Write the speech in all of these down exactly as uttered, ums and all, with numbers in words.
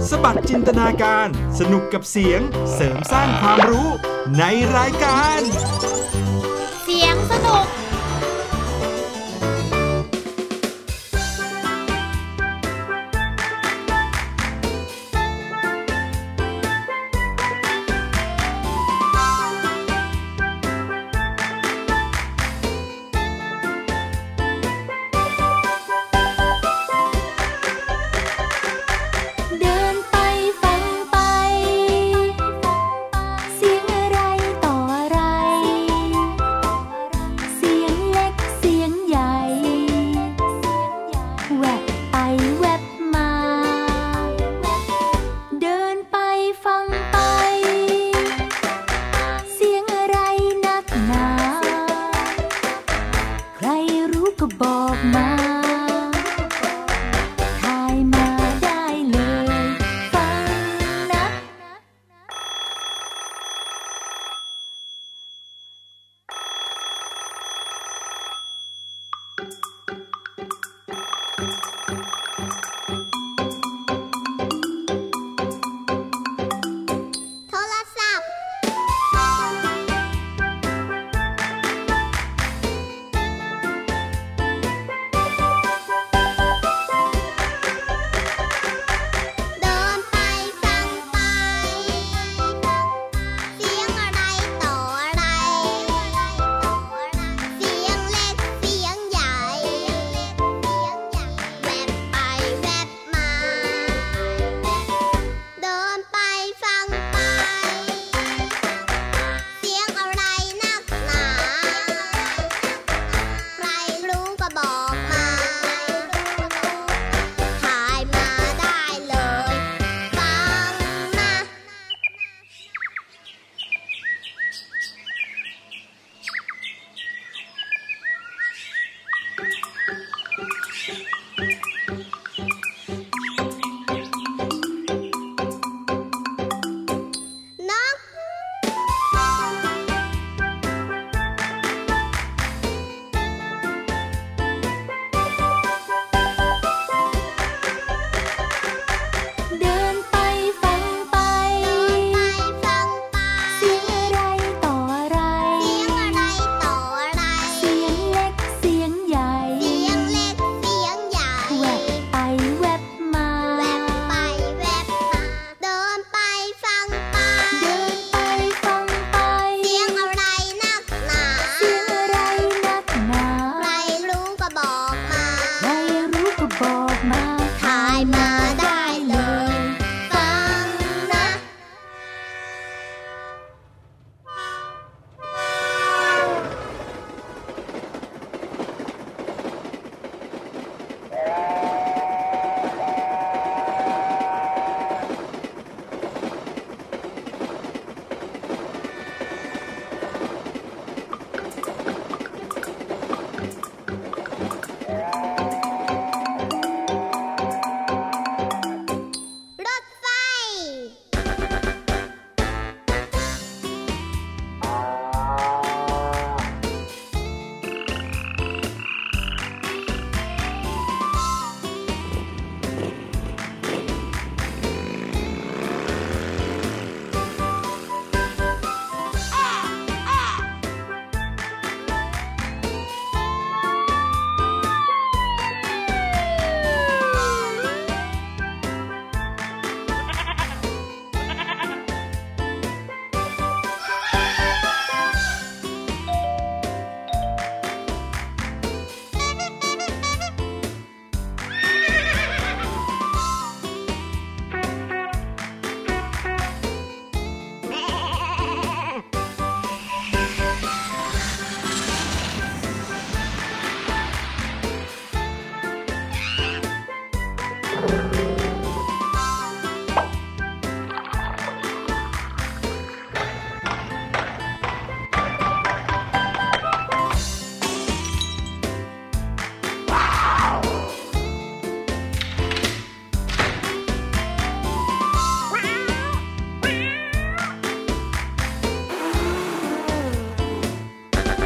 สบัดจินตนาการสนุกกับเสียงเสริมสร้างความรู้ในรายการเสียงสนุก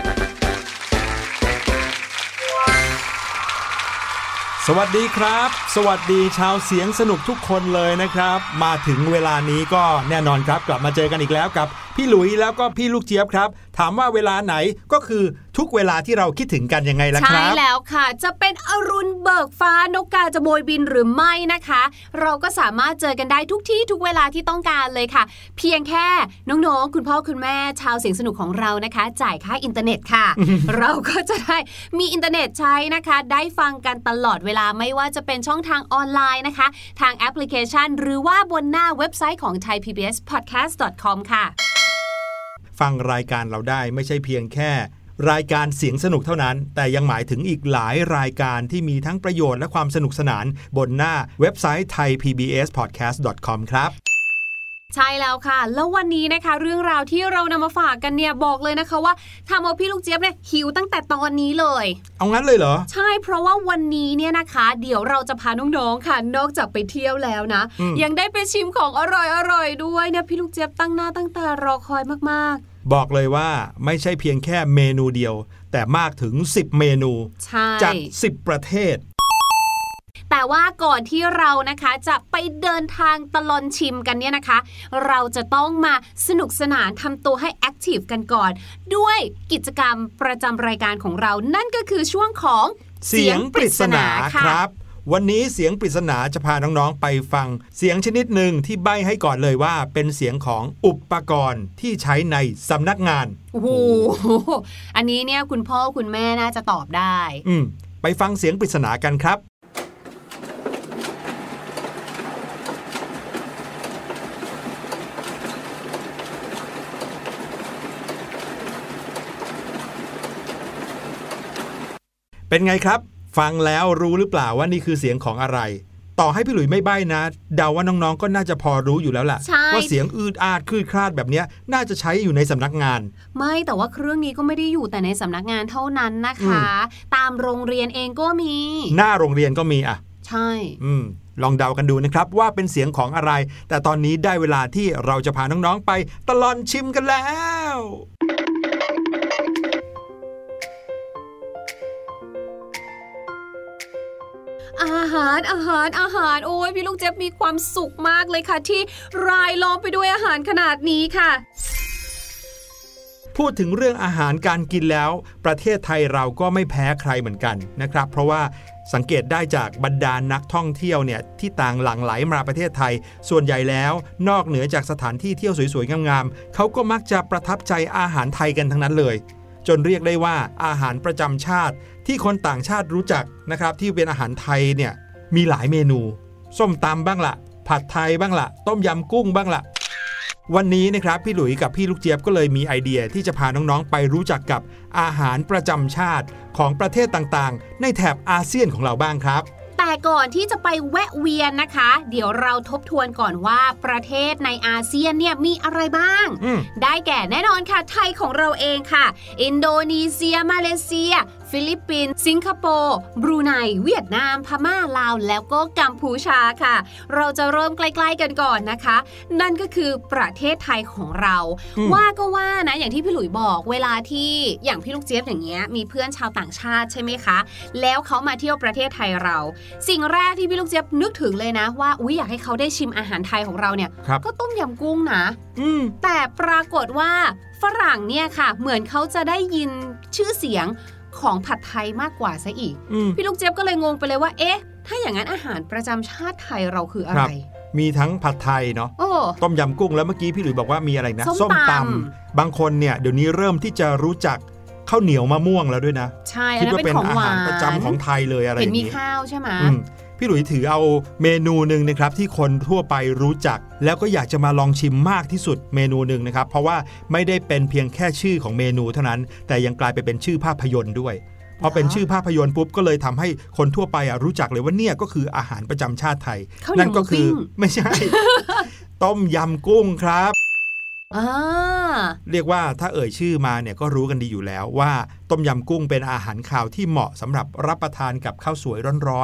สวัสดีครับสวัสดีชาวเสียงสนุกทุกคนเลยนะครับมาถึงเวลานี้ก็แน่นอนครับกลับมาเจอกันอีกแล้วกับพี่หลุยแล้วก็พี่ลูกเจี๊ยบครับถามว่าเวลาไหนก็คือทุกเวลาที่เราคิดถึงกันยังไงล่ะครับใช่แล้วค่ะจะเป็นอรุณเบิกฟ้านกกาจะโบยบินหรือไม่นะคะเราก็สามารถเจอกันได้ทุกที่ทุกเวลาที่ต้องการเลยค่ะเพียงแค่น้องๆคุณพ่อคุณแม่ชาวเสียงสนุกของเรานะคะจ่ายค่าอินเทอร์เน็ตค่ะ เราก็จะได้มีอินเทอร์เน็ตใช้นะคะได้ฟังกันตลอดเวลาไม่ว่าจะเป็นช่องทางออนไลน์นะคะทางแอปพลิเคชันหรือว่าบนหน้าเว็บไซต์ของ ไทย พี บี เอส พอดแคสต์ ดอท คอม ค่ะฟังรายการเราได้ไม่ใช่เพียงแค่รายการเสียงสนุกเท่านั้นแต่ยังหมายถึงอีกหลายรายการที่มีทั้งประโยชน์และความสนุกสนานบนหน้าเว็บไซต์ ไทย พี บี เอส พอดแคสต์ ดอท คอม ครับใช่แล้วค่ะแล้ววันนี้นะคะเรื่องราวที่เรานำมาฝากกันเนี่ยบอกเลยนะคะว่าทำเอาพี่ลูกเจี๊ยบเนี่ยหิวตั้งแต่ตอนนี้เลยเอางั้นเลยเหรอใช่เพราะว่าวันนี้เนี่ยนะคะเดี๋ยวเราจะพาน้องๆค่ะนอกจากไปเที่ยวแล้วนะยังได้ไปชิมของอร่อยๆด้วยเนี่ยพี่ลูกเจี๊ยบตั้งหน้าตั้งตารอคอยมากๆบอกเลยว่าไม่ใช่เพียงแค่เมนูเดียวแต่มากถึงสิบเมนูจากสิบประเทศแต่ว่าก่อนที่เรานะคะจะไปเดินทางตลอดชิมกันเนี่ยนะคะเราจะต้องมาสนุกสนานทำตัวให้แอคทีฟกันก่อนด้วยกิจกรรมประจำรายการของเรานั่นก็คือช่วงของเสียงปริศนาครับวันนี้เสียงปริศนาจะพาน้องๆไปฟังเสียงชนิดหนึ่งที่ใบ้ให้ก่อนเลยว่าเป็นเสียงของอุปกรณ์ที่ใช้ในสำนักงานโอ้โหอันนี้เนี่ยคุณพ่อคุณแม่น่าจะตอบได้อืมไปฟังเสียงปริศนากันครับเป็นไงครับฟังแล้วรู้หรือเปล่าว่านี่คือเสียงของอะไรต่อให้พี่หลุยไม่ใบ้นะเดาว่าน้องๆก็น่าจะพอรู้อยู่แล้วล่ะว่าเสียงอืดอาดคลืดคลาดแบบนี้น่าจะใช้อยู่ในสำนักงานไม่แต่ว่าเครื่องนี้ก็ไม่ได้อยู่แต่ในสำนักงานเท่านั้นนะคะตามโรงเรียนเองก็มีหน้าโรงเรียนก็มีอ่ะใช่อืมลองเดากันดูนะครับว่าเป็นเสียงของอะไรแต่ตอนนี้ได้เวลาที่เราจะพาน้องๆไปตลอดชิมกันแล้วอาหารอาหารอาหารโอ้ยพี่ลูกเจี๊ยบมีความสุขมากเลยค่ะที่รายล้อมไปด้วยอาหารขนาดนี้ค่ะพูดถึงเรื่องอาหารการกินแล้วประเทศไทยเราก็ไม่แพ้ใครเหมือนกันนะครับเพราะว่าสังเกตได้จากบรรดานักท่องเที่ยวเนี่ยที่ต่างหลั่งไหลมาประเทศไทยส่วนใหญ่แล้วนอกเหนือจากสถานที่เที่ยวสวยๆงามๆเขาก็มักจะประทับใจอาหารไทยกันทั้งนั้นเลยจนเรียกได้ว่าอาหารประจำชาติที่คนต่างชาติรู้จักนะครับที่เป็นอาหารไทยเนี่ยมีหลายเมนูส้มตำบ้างละผัดไทยบ้างละต้มยำกุ้งบ้างละวันนี้นะครับพี่หลุยกับพี่ลูกเจี๊ยบก็เลยมีไอเดียที่จะพาน้องๆไปรู้จักกับอาหารประจำชาติของประเทศต่างๆในแถบอาเซียนของเราบ้างครับแต่ก่อนที่จะไปแวะเวียนนะคะเดี๋ยวเราทบทวนก่อนว่าประเทศในอาเซียนเนี่ยมีอะไรบ้างได้แก่แน่นอนค่ะไทยของเราเองค่ะอินโดนีเซียมาเลเซียฟิลิปปินส์สิงคโปร์บรูไนเวียดนามพม่าลาวแล้วก็กัมพูชาค่ะเราจะเริ่มใกล้ๆกันก่อนนะคะนั่นก็คือประเทศไทยของเราว่าก็ว่านะอย่างที่พี่หลุยบอกเวลาที่อย่างพี่ลูกเจี๊ยบอย่างเงี้ยมีเพื่อนชาวต่างชาติใช่ไหมคะแล้วเขามาเที่ยวประเทศไทยเราสิ่งแรกที่พี่ลูกเจี๊ยบนึกถึงเลยนะว่าอุ๊ยอยากให้เขาได้ชิมอาหารไทยของเราเนี่ยก็ต้มยำกุ้งนะแต่ปรากฏว่าฝรั่งเนี่ยค่ะเหมือนเขาจะได้ยินชื่อเสียงของผัดไทยมากกว่าซะอีกพี่ลูกเจี๊ยบก็เลยงงไปเลยว่าเอ๊ะถ้าอย่างนั้นอาหารประจำชาติไทยเราคืออะไรมีทั้งผัดไทยเนาะต้มยำกุ้งแล้วเมื่อกี้พี่หลุยบอกว่ามีอะไรนะส้มตำบางคนเนี่ยเดี๋ยวนี้เริ่มที่จะรู้จักข้าวเหนียวมะม่วงแล้วด้วยนะใช่คิดว่าเป็นอาหารประจำของไทยเลยอะไรอย่างนี้เห็นมีข้าวใช่ไหมพี่หลุยถือเอาเมนูหนึ่งนะครับที่คนทั่วไปรู้จักแล้วก็อยากจะมาลองชิมมากที่สุดเมนูหนึ่งนะครับเพราะว่าไม่ได้เป็นเพียงแค่ชื่อของเมนูเท่านั้นแต่ยังกลายไปเป็นชื่อภาพยนตร์ด้วยพอเป็นชื่อภาพยนตร์ปุ๊บก็เลยทำให้คนทั่วไปรู้จักเลยว่าเนี่ยก็คืออาหารประจำชาติไทยนั่นก็คือไม่ใช่ ต้มยำกุ้งครับเรียกว่าถ้าเอ่ยชื่อมาเนี่ยก็รู้กันดีอยู่แล้วว่าต้มยำกุ้งเป็นอาหารคาวที่เหมาะสำหรับรับประทานกับข้าวสวยร้อนๆ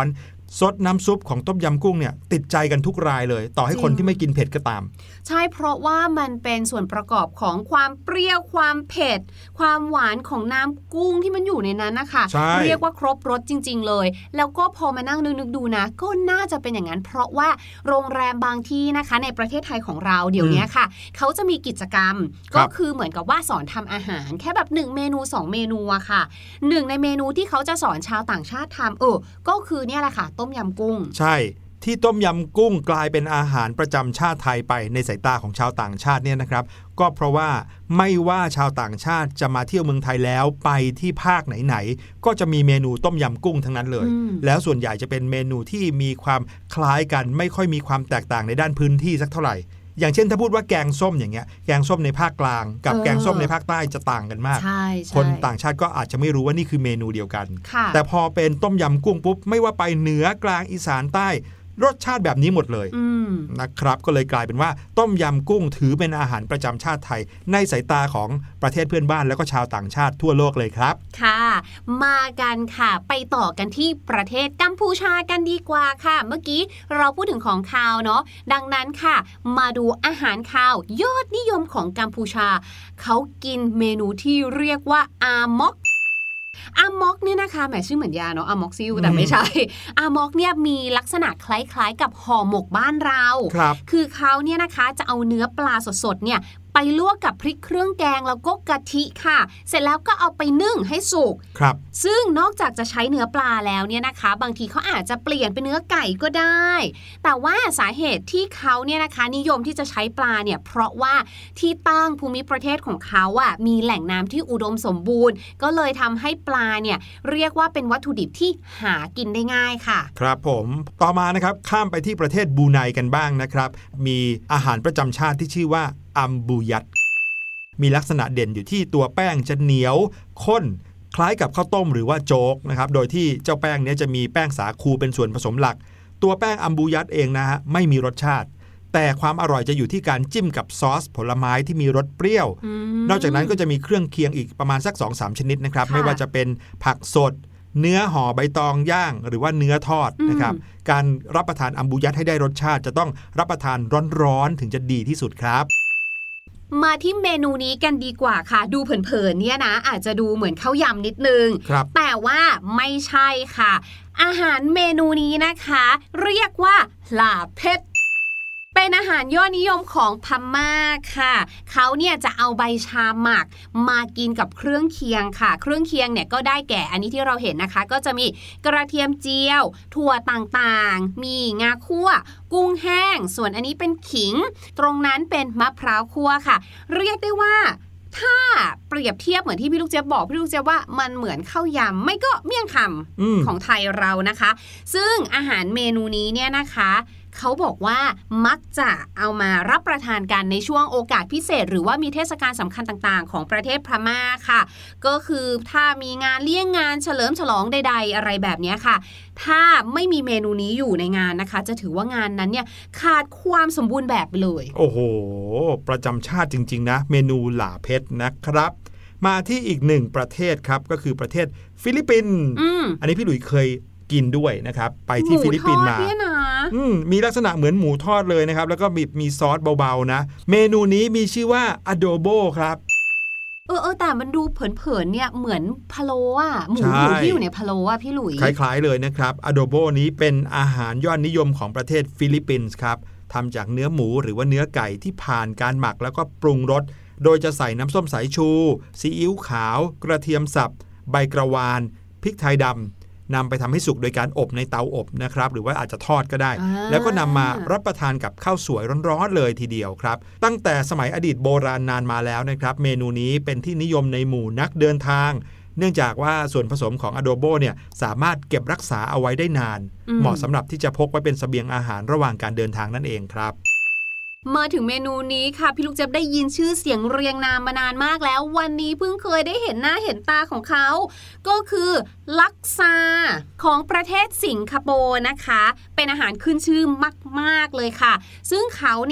ซดน้ำซุปของต้มยำกุ้งเนี่ยติดใจกันทุกรายเลยต่อให้คนที่ไม่กินเผ็ดก็ตามใช่เพราะว่ามันเป็นส่วนประกอบของความเปรี้ยวความเผ็ดความหวานของน้ำกุ้งที่มันอยู่ในนั้นนะคะเรียกว่าครบรสจริงๆเลยแล้วก็พอมานั่งนึกๆดูนะก็น่าจะเป็นอย่างนั้นเพราะว่าโรงแรมบางที่นะคะในประเทศไทยของเราเดี๋ยวนี้ค่ะเขาจะมีกิจกรรมก็คือเหมือนกับว่าสอนทำอาหารแค่แบบหนึ่งเมนูสองเมนูอะค่ะหนึ่งในเมนูที่เขาจะสอนชาวต่างชาติทำเออก็คือเนี่ยแหละค่ะต้มยำกุ้งใช่ที่ต้มยำกุ้งกลายเป็นอาหารประจำชาติไทยไปในสายตาของชาวต่างชาติเนี่ยนะครับก็เพราะว่าไม่ว่าชาวต่างชาติจะมาเที่ยวเมืองไทยแล้วไปที่ภาคไหนๆก็จะมีเมนูต้มยำกุ้งทั้งนั้นเลยแล้วส่วนใหญ่จะเป็นเมนูที่มีความคล้ายกันไม่ค่อยมีความแตกต่างในด้านพื้นที่สักเท่าไหร่อย่างเช่นถ้าพูดว่าแกงส้มอย่างเงี้ยแกงส้มในภาคกลางกับแกงส้มในภาคใต้จะต่างกันมากคนต่างชาติก็อาจจะไม่รู้ว่านี่คือเมนูเดียวกันแต่พอเป็นต้มยำกุ้งปุ๊บไม่ว่าไปเหนือกลางอีสานใต้รสชาติแบบนี้หมดเลยนะครับก็เลยกลายเป็นว่าต้มยำกุ้งถือเป็นอาหารประจำชาติไทยในสายตาของประเทศเพื่อนบ้านแล้วก็ชาวต่างชาติทั่วโลกเลยครับค่ะมากันค่ะไปต่อกันที่ประเทศกัมพูชากันดีกว่าค่ะเมื่อกี้เราพูดถึงของคาวเนาะดังนั้นค่ะมาดูอาหารคาวยอดนิยมของกัมพูชาเขากินเมนูที่เรียกว่าอามอกอามอกเนี่ยนะคะแหมชื่อเหมือนยาเนาะอามอกซิลแต่ไม่ใช่อามอกเนี่ยมีลักษณะคล้ายๆกับห่อหมกบ้านเราคือเขาเนี่ยนะคะจะเอาเนื้อปลาสดๆเนี่ยไปลวกกับพริกเครื่องแกงแล้วก็กะทิค่ะเสร็จแล้วก็เอาไปนึ่งให้สุกครับซึ่งนอกจากจะใช้เนื้อปลาแล้วเนี่ยนะคะบางทีเขาอาจจะเปลี่ยนเป็นเนื้อไก่ก็ได้แต่ว่าสาเหตุที่เขาเนี่ยนะคะนิยมที่จะใช้ปลาเนี่ยเพราะว่าที่ตั้งภูมิประเทศของเขาอ่ะมีแหล่งน้ำที่อุดมสมบูรณ์ก็เลยทำให้ปลาเนี่ยเรียกว่าเป็นวัตถุดิบที่หากินได้ง่ายค่ะครับผมต่อมานะครับข้ามไปที่ประเทศบรูไนกันบ้างนะครับมีอาหารประจำชาติที่ชื่อว่าอัมบูยัตมีลักษณะเด่นอยู่ที่ตัวแป้งจะเหนียวข้นคล้ายกับข้าวต้มหรือว่าโจ๊กนะครับโดยที่เจ้าแป้งนี้จะมีแป้งสาคูเป็นส่วนผสมหลักตัวแป้งอัมบูยัตเองนะฮะไม่มีรสชาติแต่ความอร่อยจะอยู่ที่การจิ้มกับซอสผลไม้ที่มีรสเปรี้ยวนอกจากนั้นก็จะมีเครื่องเคียงอีกประมาณสัก สองถึงสาม ชนิดนะครับไม่ว่าจะเป็นผักสดเนื้อห่อใบตองย่างหรือว่าเนื้อทอดนะครับการรับประทานอัมบูยัตให้ได้รสชาติจะต้องรับประทานร้อนๆถึงจะดีที่สุดครับมาที่เมนูนี้กันดีกว่าค่ะดูเผินๆเนี่ยนะอาจจะดูเหมือนข้าวยำนิดนึงแต่ว่าไม่ใช่ค่ะอาหารเมนูนี้นะคะเรียกว่าลาเพ็ดเป็นอาหารยอดนิยมของพม่าค่ะเขาเนี่ยจะเอาใบชาหมักมากินกับเครื่องเคียงค่ะเครื่องเคียงเนี่ยก็ได้แก่อันนี้ที่เราเห็นนะคะก็จะมีกระเทียมเจียวถั่วต่างๆมีงาคั่วกุ้งแห้งส่วนอันนี้เป็นขิงตรงนั้นเป็นมะพร้าวคั่วค่ะเรียกได้ว่าถ้าเปรียบเทียบเหมือนที่พี่ลูกเจี๊ยบบอกพี่ลูกเจี๊ยบว่ามันเหมือนข้าวยำไม่ก็เมี่ยงคำของไทยเรานะคะซึ่งอาหารเมนูนี้เนี่ยนะคะเขาบอกว่ามักจะเอามารับประทานกันในช่วงโอกาสพิเศษหรือว่ามีเทศกาลสำคัญต่างๆของประเทศพม่าค่ะก็คือถ้ามีงานเลี้ยงงานเฉลิมฉลองใดๆอะไรแบบนี้ค่ะถ้าไม่มีเมนูนี้อยู่ในงานนะคะจะถือว่างานนั้นเนี่ยขาดความสมบูรณ์แบบไปเลยโอ้โหประจำชาติจริงๆนะเมนูหล่าเพชรนะครับมาที่อีกหนึ่งประเทศครับก็คือประเทศฟิลิปปินส์ อ, อันนี้พี่หลุยเคยกินด้วยนะครับไปที่ฟิลิปปินส์มามีลักษณะเหมือนหมูทอดเลยนะครับแล้วก็มีมีซอสเบาๆนะเมนูนี้มีชื่อว่า adobo ครับเออเออแต่มันดูเผินๆเนี่ยเหมือนพะโล้อ่ะหมูหมูที่อยู่ในพะโล้อ่ะพี่หลุยคล้ายๆเลยนะครับ adobo นี้เป็นอาหารยอดนิยมของประเทศฟิลิปปินส์ครับทำจากเนื้อหมูหรือว่าเนื้อไก่ที่ผ่านการหมักแล้วก็ปรุงรสโดยจะใส่น้ำส้มสายชูซีอิ๊วขาวกระเทียมสับใบกระวานพริกไทยดำนำไปทำให้สุกโดยการอบในเตาอบนะครับหรือว่าอาจจะทอดก็ได้แล้วก็นำมารับประทานกับข้าวสวยร้อนๆเลยทีเดียวครับตั้งแต่สมัยอดีตโบราณนานมาแล้วนะครับเมนูนี้เป็นที่นิยมในหมู่นักเดินทางเนื่องจากว่าส่วนผสมของอะโดโบเนี่ยสามารถเก็บรักษาเอาไว้ได้นานเหมาะสำหรับที่จะพกไว้เป็นเสบียงอาหารระหว่างการเดินทางนั่นเองครับมาถึงเมนูนี้ค่ะพี่ลูกเจี๊ยบได้ยินชื่อเสียงเรียงนามมานานมากแล้ววันนี้เพิ่งเคยได้เห็นหน้าเห็นตาของเขาก็คือลักซาของประเทศสิงคโปร์นะคะเป็นอาหารขึ้นชื่อมากๆเลยค่ะซึ่งเขาเนี่ย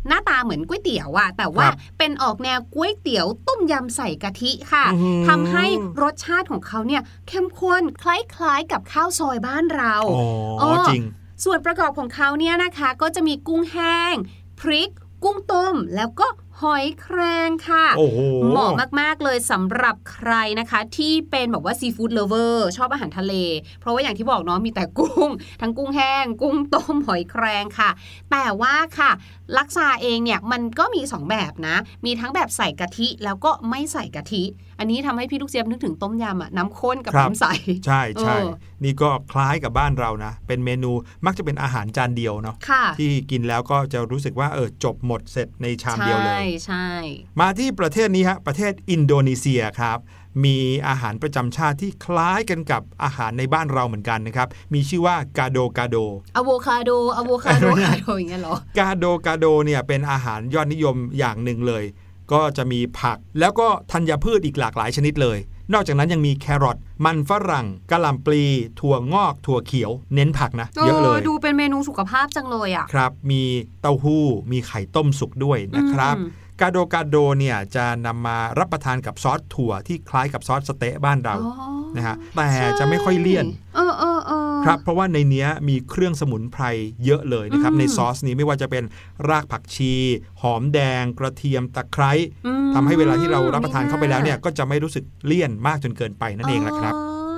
หน้าตาเหมือนก๋วยเตี๋ยวอะแต่ว่าเป็นออกแนวก๋วยเตี๋ยวต้มยำใส่กะทิค่ะทำให้รสชาติของเขาเนี่ยเข้มข้นคล้ายๆกับข้าวซอยบ้านเราอ๋อจริงส่วนประกอบของเขาเนี่ยนะคะก็จะมีกุ้งแห้งพริกกุ้งต้มแล้วก็หอยแครงค่ะเหมาะมากๆเลยสำหรับใครนะคะที่เป็นแบบว่าซีฟู้ดเลฟเวอร์ชอบอาหารทะเลเพราะว่าอย่างที่บอกเนาะมีแต่กุ้งทั้งกุ้งแห้งกุ้งต้มหอยแครงค่ะแต่ว่าค่ะลักซาเองเนี่ยมันก็มีสองแบบนะมีทั้งแบบใส่กะทิแล้วก็ไม่ใส่กะทิอันนี้ทำให้พี่ลูกเจี๊ยบนึกถึงต้มยำอะน้ำข้นกับน้ำใสใช่ใช่นี่ก็คล้ายกับบ้านเรานะเป็นเมนูมักจะเป็นอาหารจานเดียวเนาะที่กินแล้วก็จะรู้สึกว่าเออจบหมดเสร็จในชามเดียวเลยใช่มาที่ประเทศนี้ฮะประเทศอินโดนีเซียครับมีอาหารประจำชาติที่คล้ายกันกับอาหารในบ้านเราเหมือนกันนะครับมีชื่อว่ากาโดกาโดอะโวคาโดอะโวคาโดกาโดอย่างเงี้ยเหรอกาโดกาโดเนี่ยเป็นอาหารยอดนิยมอย่างหนึ่งเลยก็จะมีผักแล้วก็ธัญพืชอีกหลากหลายชนิดเลยนอกจากนั้นยังมีแครอทมันฝรั่งกะหล่ำปลีถั่วงอกถั่วเขียวเน้นผักนะเยอะเลยดูเป็นเมนูสุขภาพจังเลยอ่ะครับมีเต้าหู้มีไข่ต้มสุกด้วยนะครับกาโดกาโดเนี่ยจะนำมารับประทานกับซอสถั่วที่คล้ายกับซอสสเต๊ะบ้านเรานะฮะแต่จะไม่ค่อยเลี่ยนเออเออเออครับเพราะว่าในนี้มีเครื่องสมุนไพรเยอะเลยนะครับในซอสนี้ไม่ว่าจะเป็นรากผักชีหอมแดงกระเทียมตะไคร้ทำให้เวลาที่เรารับประทานเข้าไปแล้วเนี่ยก็จะไม่รู้สึกเลี่ยนมากจนเกินไปนั่นเองแหละครับ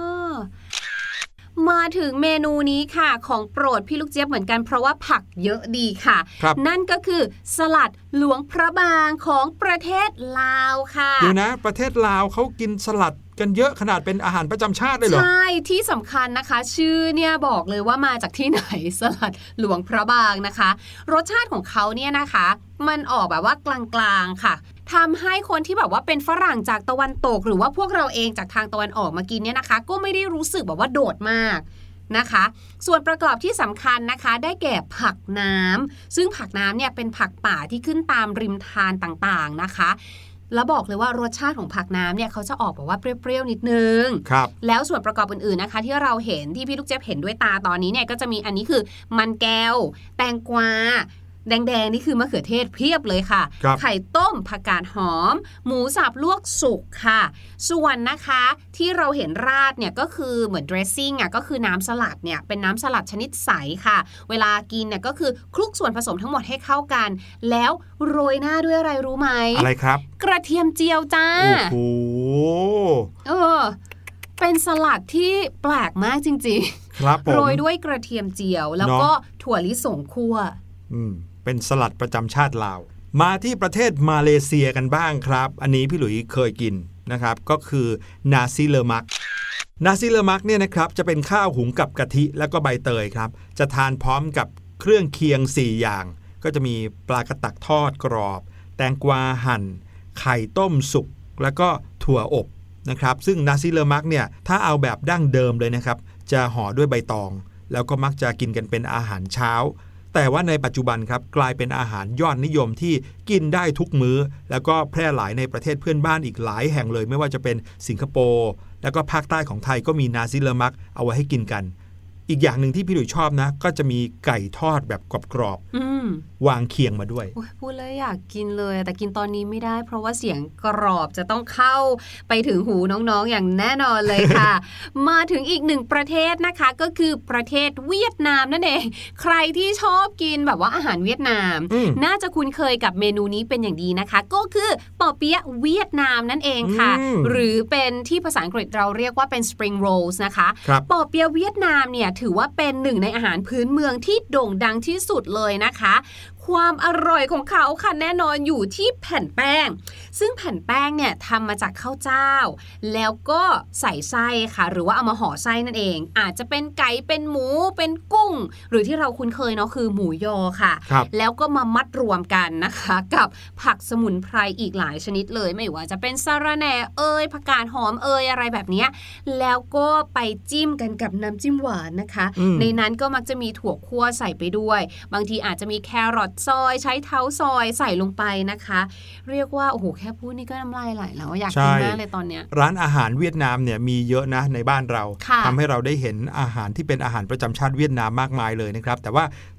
มาถึงเมนูนี้ค่ะของโปรดพี่ลูกเจี๊ยบเหมือนกันเพราะว่าผักเยอะดีค่ะนั่นก็คือสลัดหลวงพระบางของประเทศลาวค่ะเดี๋ยวนะประเทศลาวเขากินสลัดกันเยอะขนาดเป็นอาหารประจำชาติเลยเหรอใช่ที่สำคัญนะคะชื่อเนี่ยบอกเลยว่ามาจากที่ไหนสลัดหลวงพระบางนะคะรสชาติของเขาเนี่ยนะคะมันออกแบบว่ากลางๆค่ะทำให้คนที่แบบว่าเป็นฝรั่งจากตะวันตกหรือว่าพวกเราเองจากทางตะวันออกมากินเนี่ยนะคะก็ไม่ได้รู้สึกแบบว่าโดดมากนะคะส่วนประกอบที่สำคัญนะคะได้แก่ผักน้ำซึ่งผักน้ำเนี่ยเป็นผักป่าที่ขึ้นตามริมทานต่างๆนะคะแล้วบอกเลยว่ารสชาติของผักน้ำเนี่ยเขาจะออกแบบว่าเปรี้ยวๆนิดนึงครับแล้วส่วนประกอบอื่นๆนะคะที่เราเห็นที่พี่ลูกเจี๊ยบเห็นด้วยตาตอนนี้เนี่ยก็จะมีอันนี้คือมันแก้วแตงกวาแดงๆนี่คือมะเขือเทศเพียบเลยค่ะไข่ต้มผักกาดหอมหมูสับลวกสุกค่ะส่วนนะคะที่เราเห็นราดเนี่ยก็คือเหมือน dressing อ่ะก็คือน้ำสลัดเนี่ยเป็นน้ำสลัดชนิดใสค่ะเวลากินเนี่ยก็คือคลุกส่วนผสมทั้งหมดให้เข้ากันแล้วโรยหน้าด้วยอะไรรู้ไหมอะไรครับกระเทียมเจียวจ้าโอ้โหเออเป็นสลัดที่แปลกมากจริงๆครับผมโรยด้วยกระเทียมเจียวแล้วก็ถั่วลิสงคั่วอืมเป็นสลัดประจำชาติลาวมาที่ประเทศมาเลเซียกันบ้างครับอันนี้พี่หลุยเคยกินนะครับก็คือนาซิเลมักนาซิเลมักเนี่ยนะครับจะเป็นข้าวหุงกับกะทิแล้วก็ใบเตยครับจะทานพร้อมกับเครื่องเคียงสี่อย่างก็จะมีปลากระตักทอดกรอบแตงกวาหั่นไข่ต้มสุกแล้วก็ถั่วอบนะครับซึ่งนาซิเลมักเนี่ยถ้าเอาแบบดั้งเดิมเลยนะครับจะห่อด้วยใบตองแล้วก็มักจะกินกันเป็นอาหารเช้าแต่ว่าในปัจจุบันครับกลายเป็นอาหารยอดนิยมที่กินได้ทุกมื้อแล้วก็แพร่หลายในประเทศเพื่อนบ้านอีกหลายแห่งเลยไม่ว่าจะเป็นสิงคโปร์แล้วก็ภาคใต้ของไทยก็มีนาซิเลมักเอาไว้ให้กินกันอีกอย่างหนึ่งที่พี่หลุยชอบนะก็จะมีไก่ทอดแบบกรอบๆวางเคียงมาด้วยพูดแล้วอยากกินเลยแต่กินตอนนี้ไม่ได้เพราะว่าเสียงกรอบจะต้องเข้าไปถึงหูน้องๆอย่างแน่นอนเลยค่ะ มาถึงอีกหนึ่งประเทศนะคะก็คือประเทศเวียดนามนั่นเองใครที่ชอบกินแบบว่าอาหารเวียดนามน่าจะคุ้นเคยกับเมนูนี้เป็นอย่างดีนะคะก็คือปอเปี๊ยะเวียดนามนั่นเองค่ะหรือเป็นที่ภาษาอังกฤษเราเรียกว่าเป็น spring rolls นะคะปอเปี๊ยะเวียดนามเนี่ยถือว่าเป็นหนึ่งในอาหารพื้นเมืองที่โด่งดังที่สุดเลยนะคะความอร่อยของเขาค่ะแน่นอนอยู่ที่แผ่นแป้งซึ่งแผ่นแป้งเนี่ยทำมาจากข้าวเจ้าแล้วก็ใส่ไส้ค่ะหรือว่าเอามาห่อไส้นั่นเองอาจจะเป็นไก่เป็นหมูเป็นกุ้งหรือที่เราคุ้นเคยเนาะคือหมูยอค่ะแล้วก็มามัดรวมกันนะคะกับผักสมุนไพรอีกหลายชนิดเลยไม่ว่าจะเป็นสะระแหน่เอยผักกาดหอมเอยอะไรแบบนี้แล้วก็ไปจิ้มกันกับน้ำจิ้มหวานนะคะในนั้นก็มักจะมีถั่วคั่วใส่ไปด้วยบางทีอาจจะมีแครอทซอยใช้เท้าซอยใส่ลงไปนะคะเรียกว่าโอ้โหแค่พูดนี่ก็น้ำลายไหลแล้วอยากกินมากเลยตอนเนี้ยร้านอาหารเวียดนามเนี่ยมีเยอะนะในบ้านเราทำให้เราได้เห็นอาหารที่เป็นอาหารประจำชาติเวียดนามมากมายเลยนะครับแต่ว่า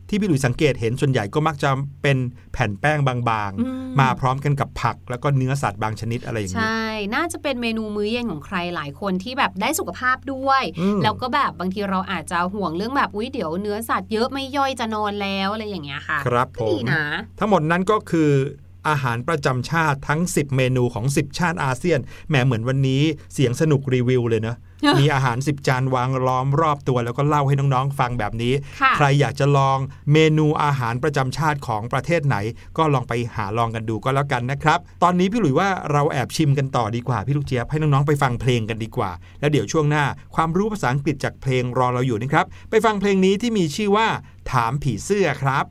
ที่พี่หลุยสังเกตเห็นส่วนใหญ่ก็มักจะเป็นแผ่นแป้งบางๆมาพร้อมกันกับผักแล้วก็เนื้อสัตว์บางชนิดอะไรอย่างนี้ใช่น่าจะเป็นเมนูมื้อเย็นของใครหลายคนที่แบบได้สุขภาพด้วยแล้วก็แบบบางทีเราอาจจะห่วงเรื่องแบบอุ๊ยเดี๋ยวเนื้อสัตว์เยอะไม่ย่อยจะนอนแล้วอะไรอย่างเงี้ยค่ะครับผมนะทั้งหมดนั้นก็คืออาหารประจำชาติทั้งสิบเมนูของสิบชาติอาเซียนแหมเหมือนวันนี้เสียงสนุกรีวิวเลยเนอะ มีอาหารสิบจานวางล้อมรอบตัวแล้วก็เล่าให้น้องๆฟังแบบนี้ใครอยากจะลองเมนูอาหารประจำชาติของประเทศไหนก็ลองไปหาลองกันดูก็แล้วกันนะครับตอนนี้พี่หลุยว่าเราแอบชิมกันต่อดีกว่าพี่ลูกเจี๊ยบให้น้องๆไปฟังเพลงกันดีกว่าแล้วเดี๋ยวช่วงหน้าความรู้ภาษาอังกฤษจากเพลงรอเราอยู่นะครับไปฟังเพลงนี้ที่มีชื่อว่าถามผีเสื้อครับ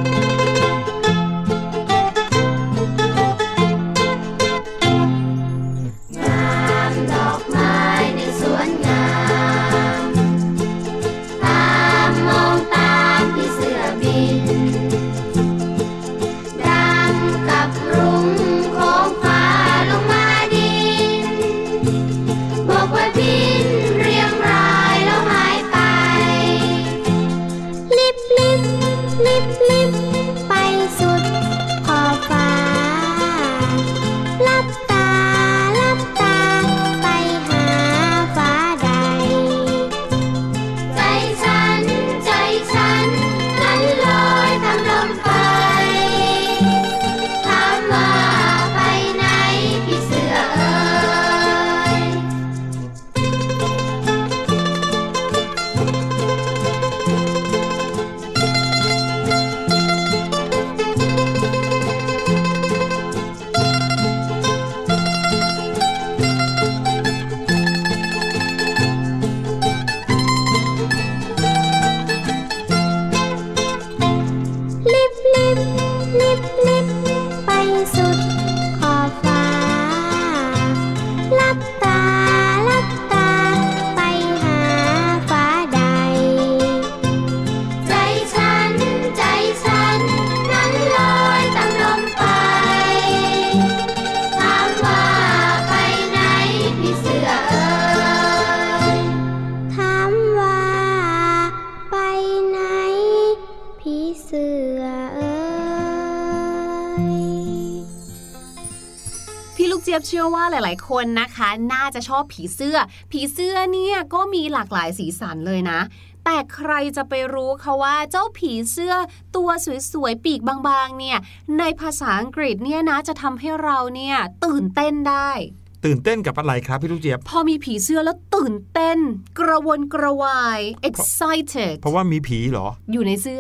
เชื่อว่าหลายๆคนนะคะน่าจะชอบผีเสื้อผีเสื้อเนี่ยก็มีหลากหลายสีสันเลยนะแต่ใครจะไปรู้คะว่าเจ้าผีเสื้อตัวสวยๆปีกบางๆเนี่ยในภาษาอังกฤษเนี่ยนะจะทำให้เราเนี่ยตื่นเต้นได้ตื่นเต้นกับอะไรครับพี่ลูกเจี๊ยบพอมีผีเสื้อแล้วตื่นเต้นกระวนกระวาย excited เพราะว่ามีผีเหรออยู่ในเสื้อ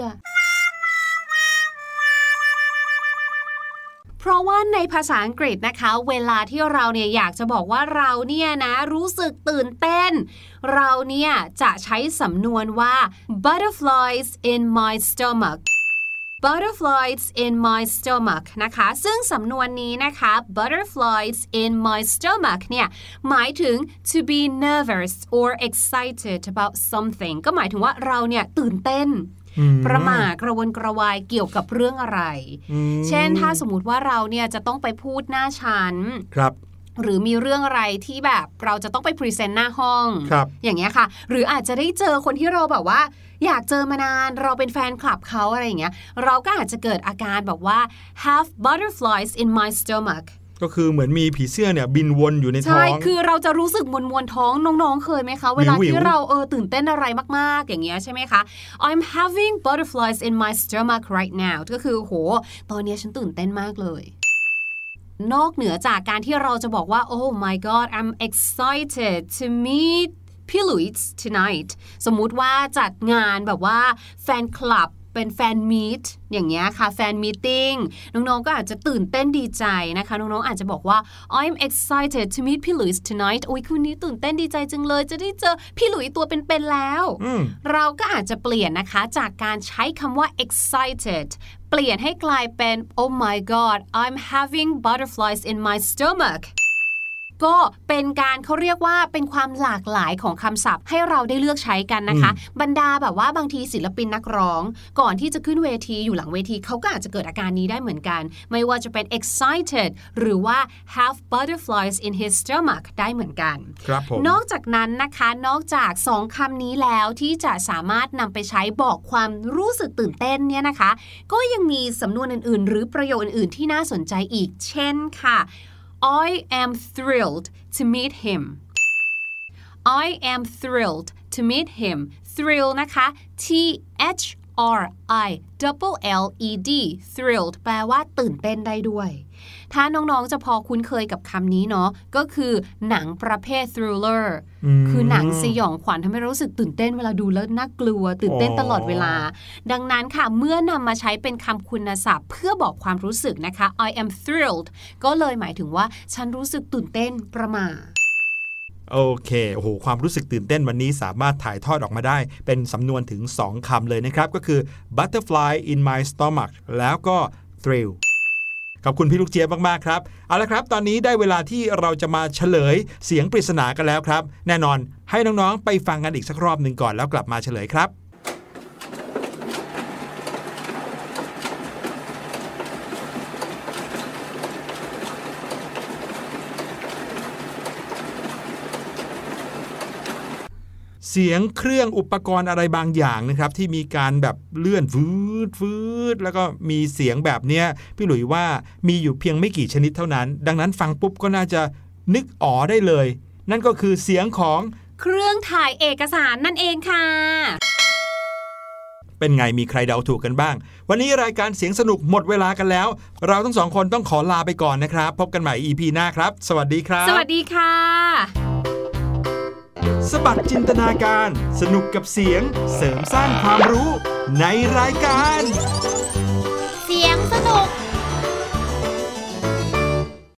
เพราะว่าในภาษาอังกฤษนะคะเวลาที่เราเนี่ยอยากจะบอกว่าเราเนี่ยนะรู้สึกตื่นเต้นเราเนี่ยจะใช้สำนวนว่า butterflies in my stomach butterflies in my stomach นะคะซึ่งสำนวนนี้นะคะ butterflies in my stomach เนี่ยหมายถึง to be nervous or excited about something ก็หมายถึงว่าเราเนี่ยตื่นเต้นประหม่ากระวนกระวายเกี่ยวกับเรื่องอะไรเช่นถ้าสมมุติว่าเราเนี่ยจะต้องไปพูดหน้าชั้นครับหรือมีเรื่องอะไรที่แบบเราจะต้องไปพรีเซนต์หน้าห้องอย่างเงี้ยค่ะหรืออาจจะได้เจอคนที่เราแบบว่าอยากเจอมานานเราเป็นแฟนคลับเขาอะไรอย่างเงี้ยเราก็อาจจะเกิดอาการแบบว่า have butterflies in my stomach ก็คือเหมือนมีผีเสื้อเนี่ยบินวนอยู่ในท้องใช่คือเราจะรู้สึกมวนมวนท้องน้องๆเคยไหมคะเวลาที่เราเออตื่นเต้นอะไรมากๆอย่างเงี้ยใช่ไหมคะ I'm having butterflies in my stomach right now ก็คือโหตอนนี้ฉันตื่นเต้นมากเลยนอกเหนือจากการที่เราจะบอกว่า oh my god I'm excited to meet พี่หลุยส์ tonight สมมุติว่าจัดงานแบบว่าแฟนคลับเป็นแฟนมีตอย่างเงี้ยค่ะแฟนมีตติ้งน้องๆก็อาจจะตื่นเต้นดีใจนะคะน้องๆอาจจะบอกว่า I'm excited to meet พี่หลุยส์ tonight โอ้ยคืนนี้ตื่นเต้นดีใจจังเลยจะได้เจอพี่หลุยส์ตัวเป็นๆแล้วเราก็อาจจะเปลี่ยนนะคะจากการใช้คำว่า excited เปลี่ยนให้กลายเป็น oh my god I'm having butterflies in my stomach ก็เป็นการเขาเรียกว่าเป็นความหลากหลายของคำศัพท์ให้เราได้เลือกใช้กันนะคะบรรดาแบบว่าบางทีศิลปินนักร้องก่อนที่จะขึ้นเวทีอยู่หลังเวทีเขาก็อาจจะเกิดอาการนี้ได้เหมือนกันไม่ว่าจะเป็น excited หรือว่า have butterflies in his stomach ได้เหมือนกันครับผมนอกจากนั้นนะคะนอกจากสองคำนี้แล้วที่จะสามารถนำไปใช้บอกความรู้สึกตื่นเต้นเนี่ยนะคะก็ยังมีสำนวนอื่นๆหรือประโยคอื่นๆที่น่าสนใจอีกเช่นค่ะ I am thrilled to meet him I am thrilled to meet him thrill นะคะ T H R I double L E D thrilled แปลว่าตื่นเต้นได้ด้วยถ้าน้องๆจะพอคุ้นเคยกับคำนี้เนาะก็คือหนังประเภท thriller คือหนังสยองขวัญทำให้รู้สึกตื่นเต้นเวลาดูแล้วน่ากลัวตื่นเต้นตลอดเวลาดังนั้นค่ะเมื่อนำมาใช้เป็นคำคุณศัพท์เพื่อบอกความรู้สึกนะคะ I am thrilled ก็เลยหมายถึงว่าฉันรู้สึกตื่นเต้นประหม่าโอเคโอ้โหความรู้สึกตื่นเต้นวันนี้สามารถถ่ายทอดออกมาได้เป็นสำนวนถึงสองคำเลยนะครับก็คือ butterfly in my stomach แล้วก็ thrill ขอบคุณพี่ลูกเจี๊ยบมากๆครับเอาละครับตอนนี้ได้เวลาที่เราจะมาเฉลยเสียงปริศนากันแล้วครับแน่นอนให้น้องๆไปฟังกันอีกสักรอบหนึ่งก่อนแล้วกลับมาเฉลยครับเสียงเครื่องอุปกรณ์อะไรบางอย่างนะครับที่มีการแบบเลื่อนฟืดฟืดแล้วก็มีเสียงแบบเนี้ยพี่หลุยว่ามีอยู่เพียงไม่กี่ชนิดเท่านั้นดังนั้นฟังปุ๊บก็น่าจะนึกอ๋อได้เลยนั่นก็คือเสียงของเครื่องถ่ายเอกสารนั่นเองค่ะเป็นไงมีใครเดาถูกกันบ้างวันนี้รายการเสียงสนุกหมดเวลากันแล้วเราทั้งสองคนต้องขอลาไปก่อนนะครับพบกันใหม่ อี พี หน้าครับสวัสดีครับสวัสดีค่ะสบัดจินตนาการสนุกกับเสียงเสริมสร้างความรู้ในรายการเสียงสนุก